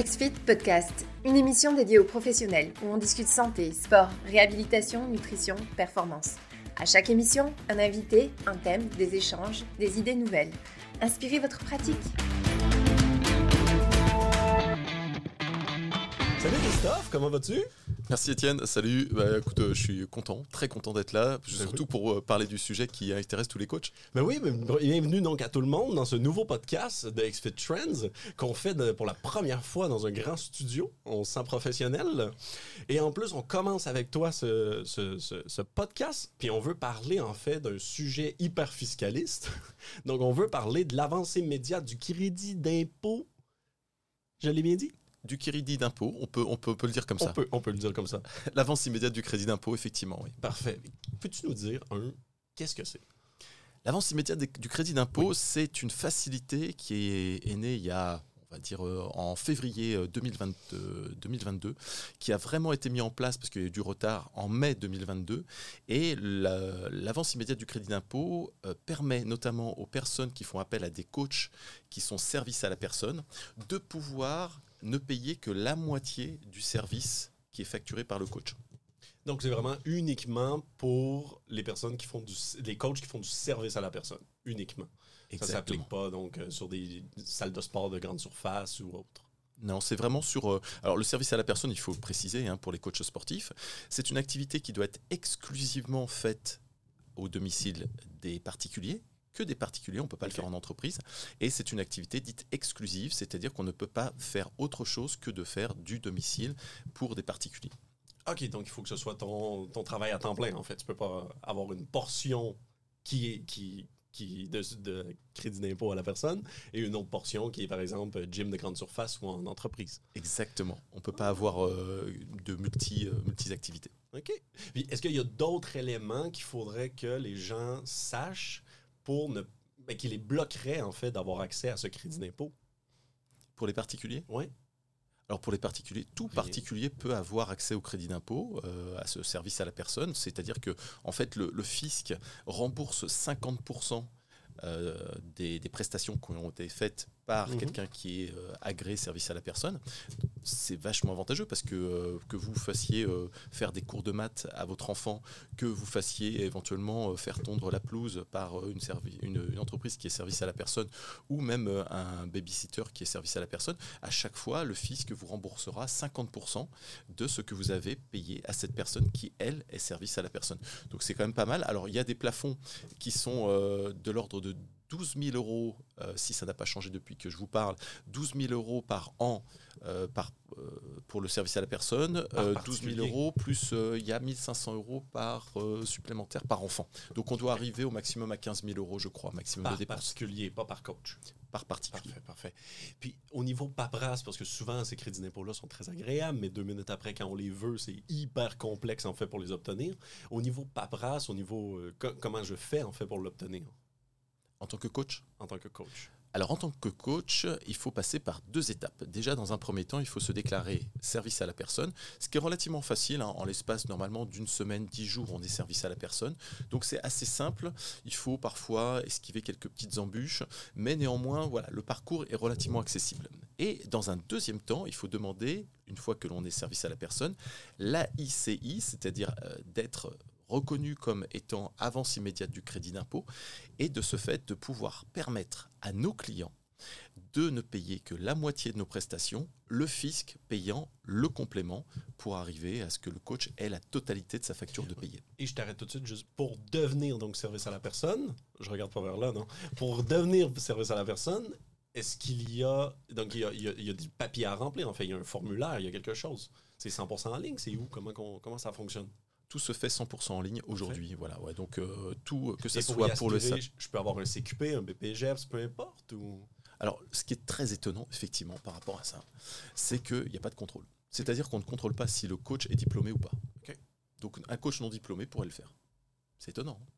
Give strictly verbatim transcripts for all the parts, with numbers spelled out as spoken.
X-Fit Podcast, une émission dédiée aux professionnels où on discute santé, sport, réhabilitation, nutrition, performance. À chaque émission, un invité, un thème, des échanges, des idées nouvelles. Inspirez votre pratique. Salut Christophe, comment vas-tu? Merci Étienne, salut. Bah, écoute, euh, je suis content, très content d'être là, surtout pour euh, parler du sujet qui intéresse tous les coachs. Ben oui, ben, bienvenue donc à tout le monde dans ce nouveau podcast de X-Fit Trends qu'on fait de, pour la première fois dans un grand studio. On se sent professionnel. Et en plus, on commence avec toi ce, ce, ce, ce podcast, puis on veut parler en fait d'un sujet hyper fiscaliste. Donc, on veut parler de l'avancée immédiate du crédit d'impôt. Je l'ai bien dit? Du crédit d'impôt, on peut, on, peut, on peut le dire comme on ça. Peut, on peut le dire comme ça. L'avance immédiate du crédit d'impôt, effectivement, oui. Parfait. Peux-tu nous dire, un, qu'est-ce que c'est? L'avance immédiate du crédit d'impôt, oui. C'est une facilité qui est, est née il y a, on va dire, euh, en février deux mille vingt-deux, qui a vraiment été mis en place parce qu'il y a eu du retard en mai deux mille vingt-deux. Et la, l'avance immédiate du crédit d'impôt euh, permet notamment aux personnes qui font appel à des coachs qui sont services à la personne de pouvoir ne payer que la moitié du service qui est facturé par le coach. Donc, c'est vraiment uniquement pour les personnes qui font du, les coachs qui font du service à la personne, uniquement. Exactement. Ça ne s'applique pas donc euh, sur des salles de sport de grande surface ou autre. Non, c'est vraiment sur... Euh, alors, le service à la personne, il faut préciser, hein, pour les coachs sportifs, c'est une activité qui doit être exclusivement faite au domicile des particuliers, que des particuliers, on ne peut pas okay. le faire en entreprise. Et c'est une activité dite exclusive, c'est-à-dire qu'on ne peut pas faire autre chose que de faire du domicile pour des particuliers. OK, donc il faut que ce soit ton, ton travail à temps plein, en fait. Tu ne peux pas avoir une portion qui est qui, qui de, de crédit d'impôt à la personne et une autre portion qui est, par exemple, gym de grande surface ou en entreprise. Exactement. On ne peut pas avoir euh, de multi, euh, multi-activités. OK. Puis, est-ce qu'il y a d'autres éléments qu'il faudrait que les gens sachent pour ne, ben, qui les bloquerait, en fait, d'avoir accès à ce crédit d'impôt? Pour les particuliers? Oui. Alors, pour les particuliers, tout Rien. particulier peut avoir accès au crédit d'impôt, euh, à ce service à la personne. C'est-à-dire que, en fait, le, le fisc rembourse cinquante pour cent euh, des, des prestations qui ont été faites par mmh. quelqu'un qui est euh, agréé service à la personne. C'est vachement avantageux parce que euh, que vous fassiez euh, faire des cours de maths à votre enfant, que vous fassiez éventuellement euh, faire tondre la pelouse par euh, une, servi- une, une entreprise qui est service à la personne ou même euh, un babysitter qui est service à la personne, à chaque fois, le fisc vous remboursera cinquante pour cent de ce que vous avez payé à cette personne qui, elle, est service à la personne. Donc c'est quand même pas mal. Alors il y a des plafonds qui sont euh, de l'ordre de douze mille euros, euh, si ça n'a pas changé depuis que je vous parle, douze mille euros par an euh, par, euh, pour le service à la personne, euh, douze mille euros plus il euh, y a mille cinq cents euros par euh, supplémentaire par enfant. Donc on doit arriver au maximum à quinze mille euros, je crois, maximum par de dépenses. Par particulier, pas par coach. Par particulier. Parfait, parfait. Puis au niveau paperasse, parce que souvent ces crédits d'impôt-là sont très agréables, mais deux minutes après, quand on les veut, c'est hyper complexe en fait pour les obtenir. Au niveau paperasse, au niveau euh, co- comment je fais en fait pour l'obtenir? En tant que coach? En tant que coach. Alors, en tant que coach, il faut passer par deux étapes. Déjà, dans un premier temps, il faut se déclarer service à la personne, ce qui est relativement facile. Hein. En l'espace, normalement, d'une semaine, dix jours, on est service à la personne. Donc, c'est assez simple. Il faut parfois esquiver quelques petites embûches, mais néanmoins, voilà, le parcours est relativement accessible. Et dans un deuxième temps, il faut demander, une fois que l'on est service à la personne, l'A I C I, c'est-à-dire euh, d'être reconnu comme étant avance immédiate du crédit d'impôt et de ce fait de pouvoir permettre à nos clients de ne payer que la moitié de nos prestations, le fisc payant le complément pour arriver à ce que le coach ait la totalité de sa facture de payer. Et je t'arrête tout de suite, juste pour devenir donc service à la personne, je regarde pas vers là, non? Pour devenir service à la personne, est-ce qu'il y a, donc il y a, il y a, il y a du papier à remplir, en fait, il y a un formulaire, il y a quelque chose. C'est cent pour cent en ligne, c'est où? Comment, comment ça fonctionne? Tout se fait cent pour cent en ligne aujourd'hui. Fait. Voilà, ouais. Donc, euh, tout, que ce pour soit pour le... Je peux avoir un C Q P, un B P G E P S, peu importe ou... Alors, ce qui est très étonnant, effectivement, par rapport à ça, c'est qu'il n'y a pas de contrôle. C'est-à-dire qu'on ne contrôle pas si le coach est diplômé ou pas. Okay. Donc, un coach non diplômé pourrait le faire. C'est étonnant. Hein?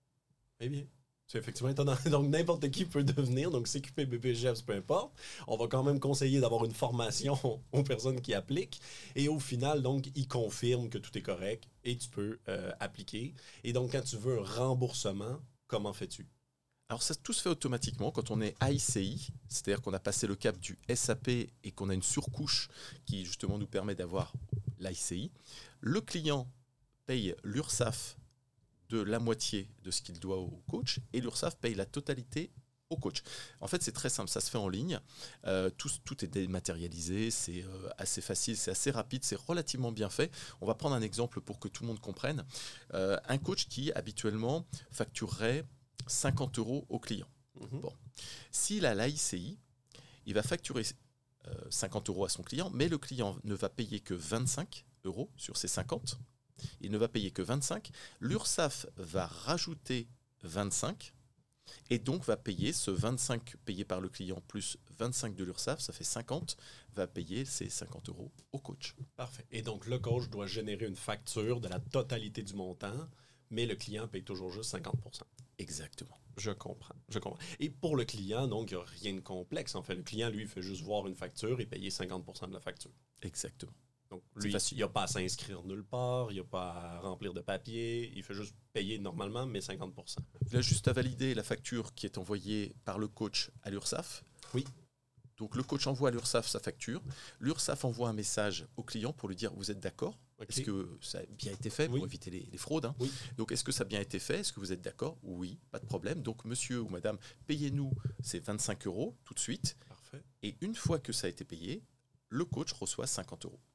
Eh bien... C'est effectivement étonnant. Donc, n'importe qui peut devenir. Donc, C Q P, B P G E P S, peu importe. On va quand même conseiller d'avoir une formation aux personnes qui appliquent. Et au final, donc, ils confirment que tout est correct et tu peux euh, appliquer. Et donc, quand tu veux un remboursement, comment fais-tu? Alors ça tout se fait automatiquement quand on est I C I, c'est-à-dire qu'on a passé le cap du S A P et qu'on a une surcouche qui justement nous permet d'avoir l'I C I. Le client paye l'URSSAF de la moitié de ce qu'il doit au coach et l'URSSAF paye la totalité au coach. En fait, c'est très simple, ça se fait en ligne, euh, tout, tout est dématérialisé, c'est euh, assez facile, c'est assez rapide, c'est relativement bien fait. On va prendre un exemple pour que tout le monde comprenne. Euh, un coach qui habituellement facturerait cinquante euros au client. Mm-hmm. Bon. S'il a l'I C I, il va facturer euh, cinquante euros à son client, mais le client ne va payer que vingt-cinq euros sur ces cinquante. Il ne va payer que vingt-cinq. L'URSSAF va rajouter vingt-cinq et donc va payer ce vingt-cinq payé par le client plus vingt-cinq de l'URSSAF, ça fait cinquante, va payer ces cinquante euros au coach. Parfait. Et donc, le coach doit générer une facture de la totalité du montant, mais le client paye toujours juste cinquante pour cent. Exactement. Je comprends, je comprends. Et pour le client, donc, il n'y a rien de complexe. En fait, le client, lui, il fait juste voir une facture et payer cinquante pour cent de la facture. Exactement. Donc, lui, il n'a pas à s'inscrire nulle part, il n'a pas à remplir de papier, il fait juste payer normalement, mais cinquante pour cent. Il a juste à valider la facture qui est envoyée par le coach à l'URSSAF. Oui. Donc, le coach envoie à l'URSSAF sa facture. L'URSSAF envoie un message au client pour lui dire « Vous êtes d'accord ? Okay. Est-ce que ça a bien été fait pour oui. éviter les, les fraudes hein. Oui. Donc, est-ce que ça a bien été fait ? Est-ce que vous êtes d'accord ? Oui, pas de problème. Donc, monsieur ou madame, payez-nous ces vingt-cinq euros tout de suite. Parfait. Et une fois que ça a été payé, le coach reçoit cinquante euros.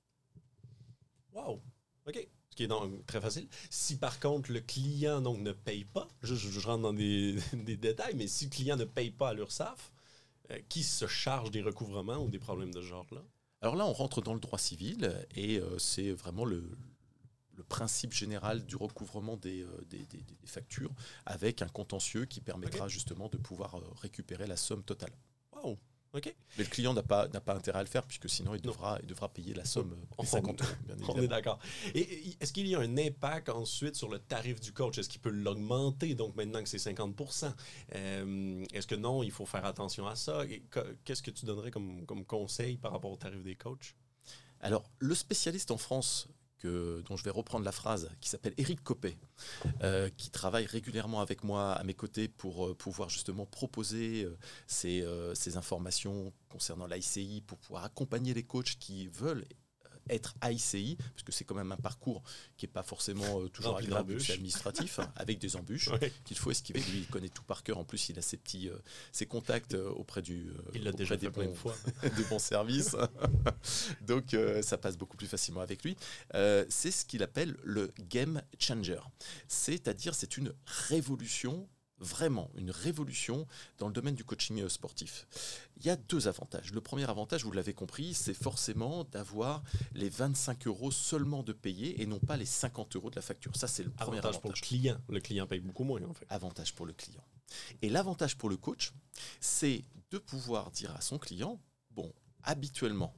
Wow! OK. Ce qui est donc très facile. Si par contre le client donc, ne paye pas, je, je, je rentre dans des, des détails, mais si le client ne paye pas à l'URSSAF, euh, qui se charge des recouvrements ou des problèmes de ce genre-là? Alors là, on rentre dans le droit civil et euh, c'est vraiment le, le principe général du recouvrement des, euh, des, des, des factures avec un contentieux qui permettra okay. justement de pouvoir euh, récupérer la somme totale. Wow! OK. Mais le client n'a pas, n'a pas intérêt à le faire puisque sinon il devra, il devra payer la somme on, des cinquante euros. Bien on est d'accord. Et est-ce qu'il y a un impact ensuite sur le tarif du coach? Est-ce qu'il peut l'augmenter donc maintenant que c'est cinquante pour cent? Euh, est-ce que non, il faut faire attention à ça? Et qu'est-ce que tu donnerais comme, comme conseil par rapport au tarif des coachs? Alors, le spécialiste en France Que, dont je vais reprendre la phrase, qui s'appelle Éric Copé, euh, qui travaille régulièrement avec moi à mes côtés pour euh, pouvoir justement proposer euh, ces, euh, ces informations concernant l'I C I, pour pouvoir accompagner les coachs qui veulent être I C I, parce que c'est quand même un parcours qui n'est pas forcément euh, toujours agréable, c'est administratif, hein, avec des embûches ouais. qu'il faut esquiver. Lui, il connaît tout par cœur. En plus, il a ses petits euh, ses contacts euh, auprès du euh, il l'a déjà des fait plein bons, de fois. des bons services. Donc, euh, ça passe beaucoup plus facilement avec lui. Euh, c'est ce qu'il appelle le game changer. C'est-à-dire, c'est une révolution vraiment une révolution dans le domaine du coaching sportif. Il y a deux avantages. Le premier avantage, vous l'avez compris, c'est forcément d'avoir les vingt-cinq euros seulement de payer et non pas les cinquante euros de la facture. Ça, c'est le premier avantage. Avantage pour le client. Le client paye beaucoup moins, en fait. Avantage pour le client. Et l'avantage pour le coach, c'est de pouvoir dire à son client, bon, habituellement,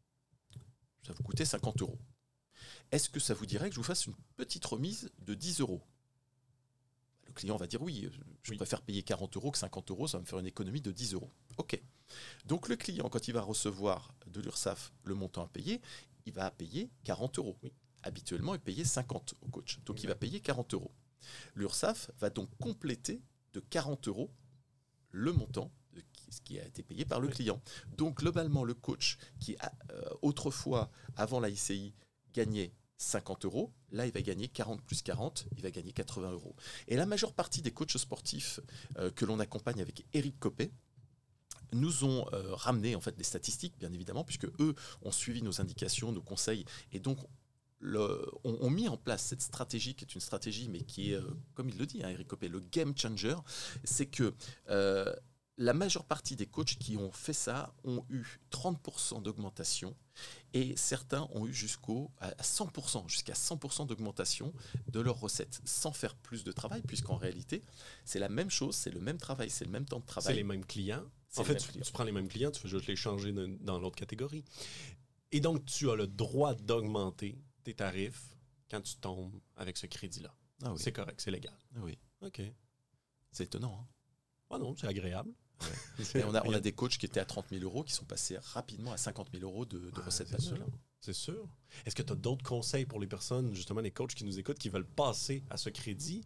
ça va vous coûter cinquante euros. Est-ce que ça vous dirait que je vous fasse une petite remise de dix euros ? Le client va dire oui, je oui. préfère payer quarante euros que cinquante euros, ça va me faire une économie de dix euros. OK. Donc le client, quand il va recevoir de l'URSSAF le montant à payer, il va payer quarante euros. Oui. Habituellement, il payait cinquante au coach. Donc oui. il va payer quarante euros. L'URSSAF va donc compléter de quarante euros le montant de ce qui a été payé par le oui. client. Donc globalement, le coach qui a, euh, autrefois, avant la I C I, gagnait cinquante euros, là il va gagner quarante plus quarante, il va gagner quatre-vingts euros. Et la majeure partie des coachs sportifs euh, que l'on accompagne avec Éric Copé nous ont euh, ramené en fait des statistiques, bien évidemment, puisque eux ont suivi nos indications, nos conseils, et donc le, ont, ont mis en place cette stratégie qui est une stratégie, mais qui est, euh, comme il le dit, hein, Éric Copé, le game changer, c'est que euh, la majeure partie des coachs qui ont fait ça ont eu trente pour cent d'augmentation et certains ont eu jusqu'au à cent pour cent, jusqu'à cent pour cent d'augmentation de leurs recettes sans faire plus de travail, puisqu'en réalité, c'est la même chose, c'est le même travail, c'est le même temps de travail. C'est les mêmes clients. En fait, tu, tu prends les mêmes clients, tu fais juste les changer de, dans l'autre catégorie. Et donc, tu as le droit d'augmenter tes tarifs quand tu tombes avec ce crédit-là. Ah oui. C'est correct, c'est légal. Ah oui. OK. C'est étonnant, hein? Ah non, c'est agréable. Ouais. Et on, a, on a des coachs qui étaient à trente mille euros qui sont passés rapidement à cinquante mille euros de, de ah, recettes annuelles. C'est sûr. Est-ce que tu as d'autres conseils pour les personnes, justement les coachs qui nous écoutent, qui veulent passer à ce crédit,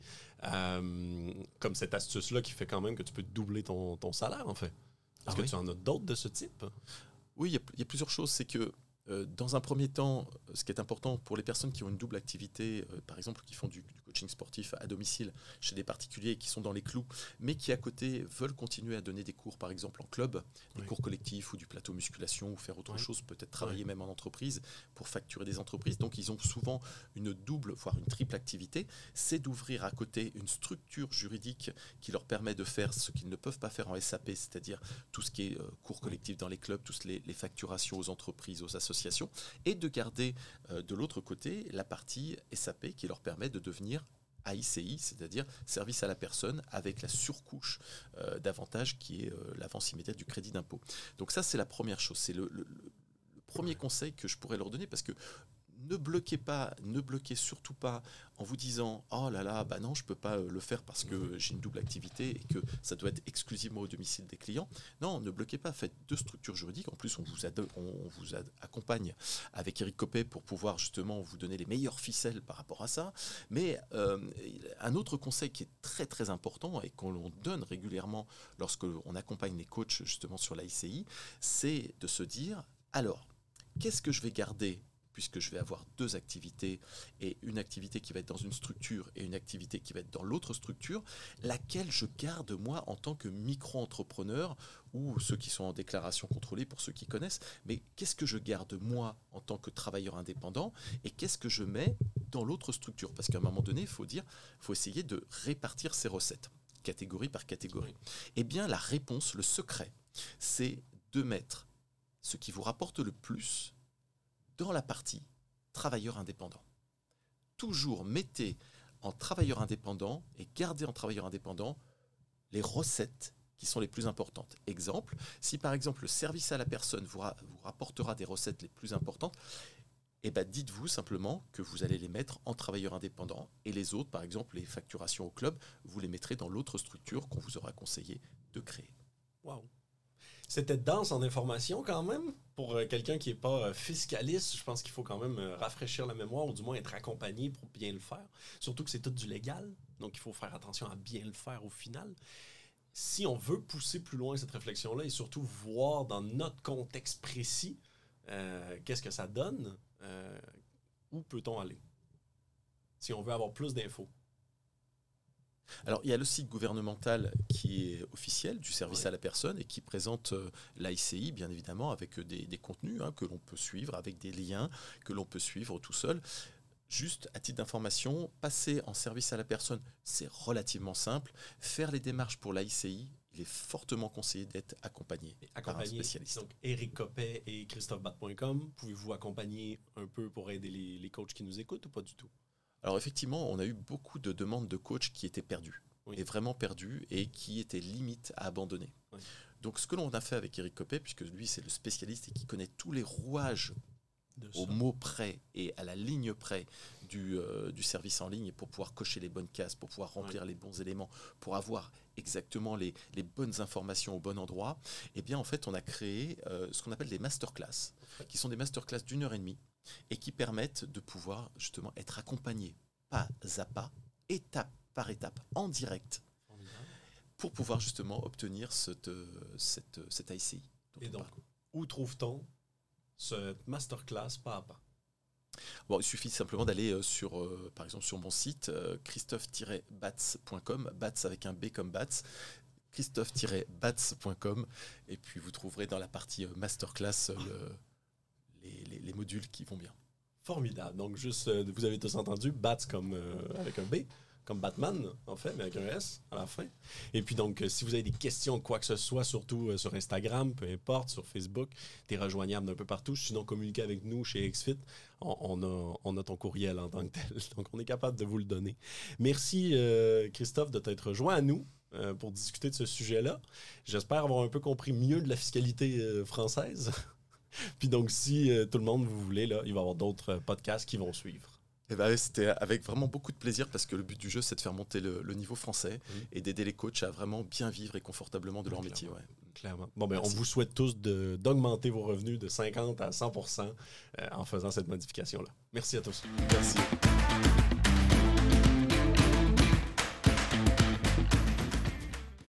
euh, comme cette astuce-là qui fait quand même que tu peux doubler ton, ton salaire, en fait? Est-ce Ah que oui? tu en as d'autres de ce type? Oui, il y, a, il y a plusieurs choses. C'est que euh, dans un premier temps, ce qui est important pour les personnes qui ont une double activité, euh, par exemple qui font du, du coaching sportif à domicile chez des particuliers qui sont dans les clous, mais qui à côté veulent continuer à donner des cours, par exemple en club, des Oui. cours collectifs ou du plateau musculation ou faire autre Oui. chose, peut-être travailler Oui. même en entreprise pour facturer des entreprises. Donc ils ont souvent une double, voire une triple activité. C'est d'ouvrir à côté une structure juridique qui leur permet de faire ce qu'ils ne peuvent pas faire en S A P, c'est-à-dire tout ce qui est euh, cours collectifs dans les clubs, toutes les, les facturations aux entreprises, aux associations, et de garder euh, de l'autre côté la partie S A P qui leur permet de devenir A I C I, c'est-à-dire service à la personne avec la surcouche euh, d'avantages qui est euh, l'avance immédiate du crédit d'impôt. Donc ça, c'est la première chose. C'est le, le, le premier conseil que je pourrais leur donner parce que ne bloquez pas, ne bloquez surtout pas en vous disant « Oh là là, bah non, je ne peux pas le faire parce que j'ai une double activité et que ça doit être exclusivement au domicile des clients. » Non, ne bloquez pas, faites deux structures juridiques. En plus, on vous, ad- on vous ad- accompagne avec Eric Copé pour pouvoir justement vous donner les meilleures ficelles par rapport à ça. Mais euh, un autre conseil qui est très très important et qu'on donne régulièrement lorsqu'on accompagne les coachs justement sur l'A I C I, c'est de se dire « Alors, qu'est-ce que je vais garder ?» puisque je vais avoir deux activités, et une activité qui va être dans une structure et une activité qui va être dans l'autre structure, laquelle je garde moi en tant que micro-entrepreneur, ou ceux qui sont en déclaration contrôlée pour ceux qui connaissent, mais qu'est-ce que je garde moi en tant que travailleur indépendant, et qu'est-ce que je mets dans l'autre structure? Parce qu'à un moment donné, il faut dire, il faut essayer de répartir ces recettes, catégorie par catégorie. Eh bien, la réponse, le secret, c'est de mettre ce qui vous rapporte le plus dans la partie travailleur indépendant. Toujours mettez en travailleur indépendant et gardez en travailleur indépendant les recettes qui sont les plus importantes. Exemple, si par exemple le service à la personne vous, ra- vous rapportera des recettes les plus importantes, eh ben dites-vous simplement que vous allez les mettre en travailleur indépendant et les autres, par exemple les facturations au club, vous les mettrez dans l'autre structure qu'on vous aura conseillé de créer. Wow. C'était dense en information quand même. Pour euh, quelqu'un qui n'est pas euh, fiscaliste, je pense qu'il faut quand même euh, rafraîchir la mémoire ou du moins être accompagné pour bien le faire. Surtout que c'est tout du légal, donc il faut faire attention à bien le faire au final. Si on veut pousser plus loin cette réflexion-là et surtout voir dans notre contexte précis euh, qu'est-ce que ça donne, euh, où peut-on aller? Si on veut avoir plus d'infos. Alors, il y a le site gouvernemental qui est officiel du service Ouais. à la personne et qui présente euh, l'A I C I, bien évidemment, avec des, des contenus hein, que l'on peut suivre, avec des liens que l'on peut suivre tout seul. Juste à titre d'information, passer en service à la personne, c'est relativement simple. Faire les démarches pour l'A I C I, il est fortement conseillé d'être accompagné, par un Accompagné, spécialiste. donc Eric Copet et Christophe Batt point com. Pouvez-vous accompagner un peu pour aider les, les coachs qui nous écoutent ou pas du tout? Alors effectivement, on a eu beaucoup de demandes de coachs qui étaient perdus, Oui. et vraiment perdus, et qui étaient limite à abandonner. Oui. Donc ce que l'on a fait avec Eric Copet, puisque lui c'est le spécialiste et qui connaît tous les rouages De au ça. mot près et à la ligne près du, euh, du service en ligne pour pouvoir cocher les bonnes cases, pour pouvoir remplir les bons éléments, pour avoir exactement les, les bonnes informations au bon endroit, eh bien en fait on a créé euh, ce qu'on appelle des masterclass, qui sont des masterclass d'une heure et demie et qui permettent de pouvoir justement être accompagné pas à pas, étape par étape, en direct, Formidable. pour pouvoir justement obtenir cette, cette, cette A I C I. dont Et on donc, parle. où trouve-t-on ce masterclass pas à pas? Bon, il suffit simplement d'aller euh, sur, euh, par exemple, sur mon site, euh, christophe tiret batz point com, Batz avec un B comme Batz, christophe tiret batz point com, et puis vous trouverez dans la partie euh, masterclass euh, le, les, les, les modules qui vont bien. Formidable. Donc, juste, euh, vous avez tous entendu, Bats comme euh, avec un B, comme Batman, en fait, mais avec un S à la fin. Et puis, donc, euh, si vous avez des questions, quoi que ce soit, surtout euh, sur Instagram, peu importe, sur Facebook, t'es rejoignable d'un peu partout. Sinon, communiquez avec nous chez XFIT. On, on, a, on a ton courriel en tant que tel. Donc, on est capable de vous le donner. Merci, euh, Christophe, de t'être rejoint à nous euh, pour discuter de ce sujet-là. J'espère avoir un peu compris mieux de la fiscalité euh, française. Puis donc, si euh, tout le monde vous voulez, là, il va y avoir d'autres euh, podcasts qui vont suivre. Eh ben, c'était avec vraiment beaucoup de plaisir parce que le but du jeu, c'est de faire monter le, le niveau français mmh. et d'aider les coachs à vraiment bien vivre et confortablement de leur Clairement. métier. Ouais. Clairement. Bon, ben, on vous souhaite tous de, d'augmenter vos revenus de cinquante à cent pour cent euh, en faisant cette modification-là. Merci à tous. Merci.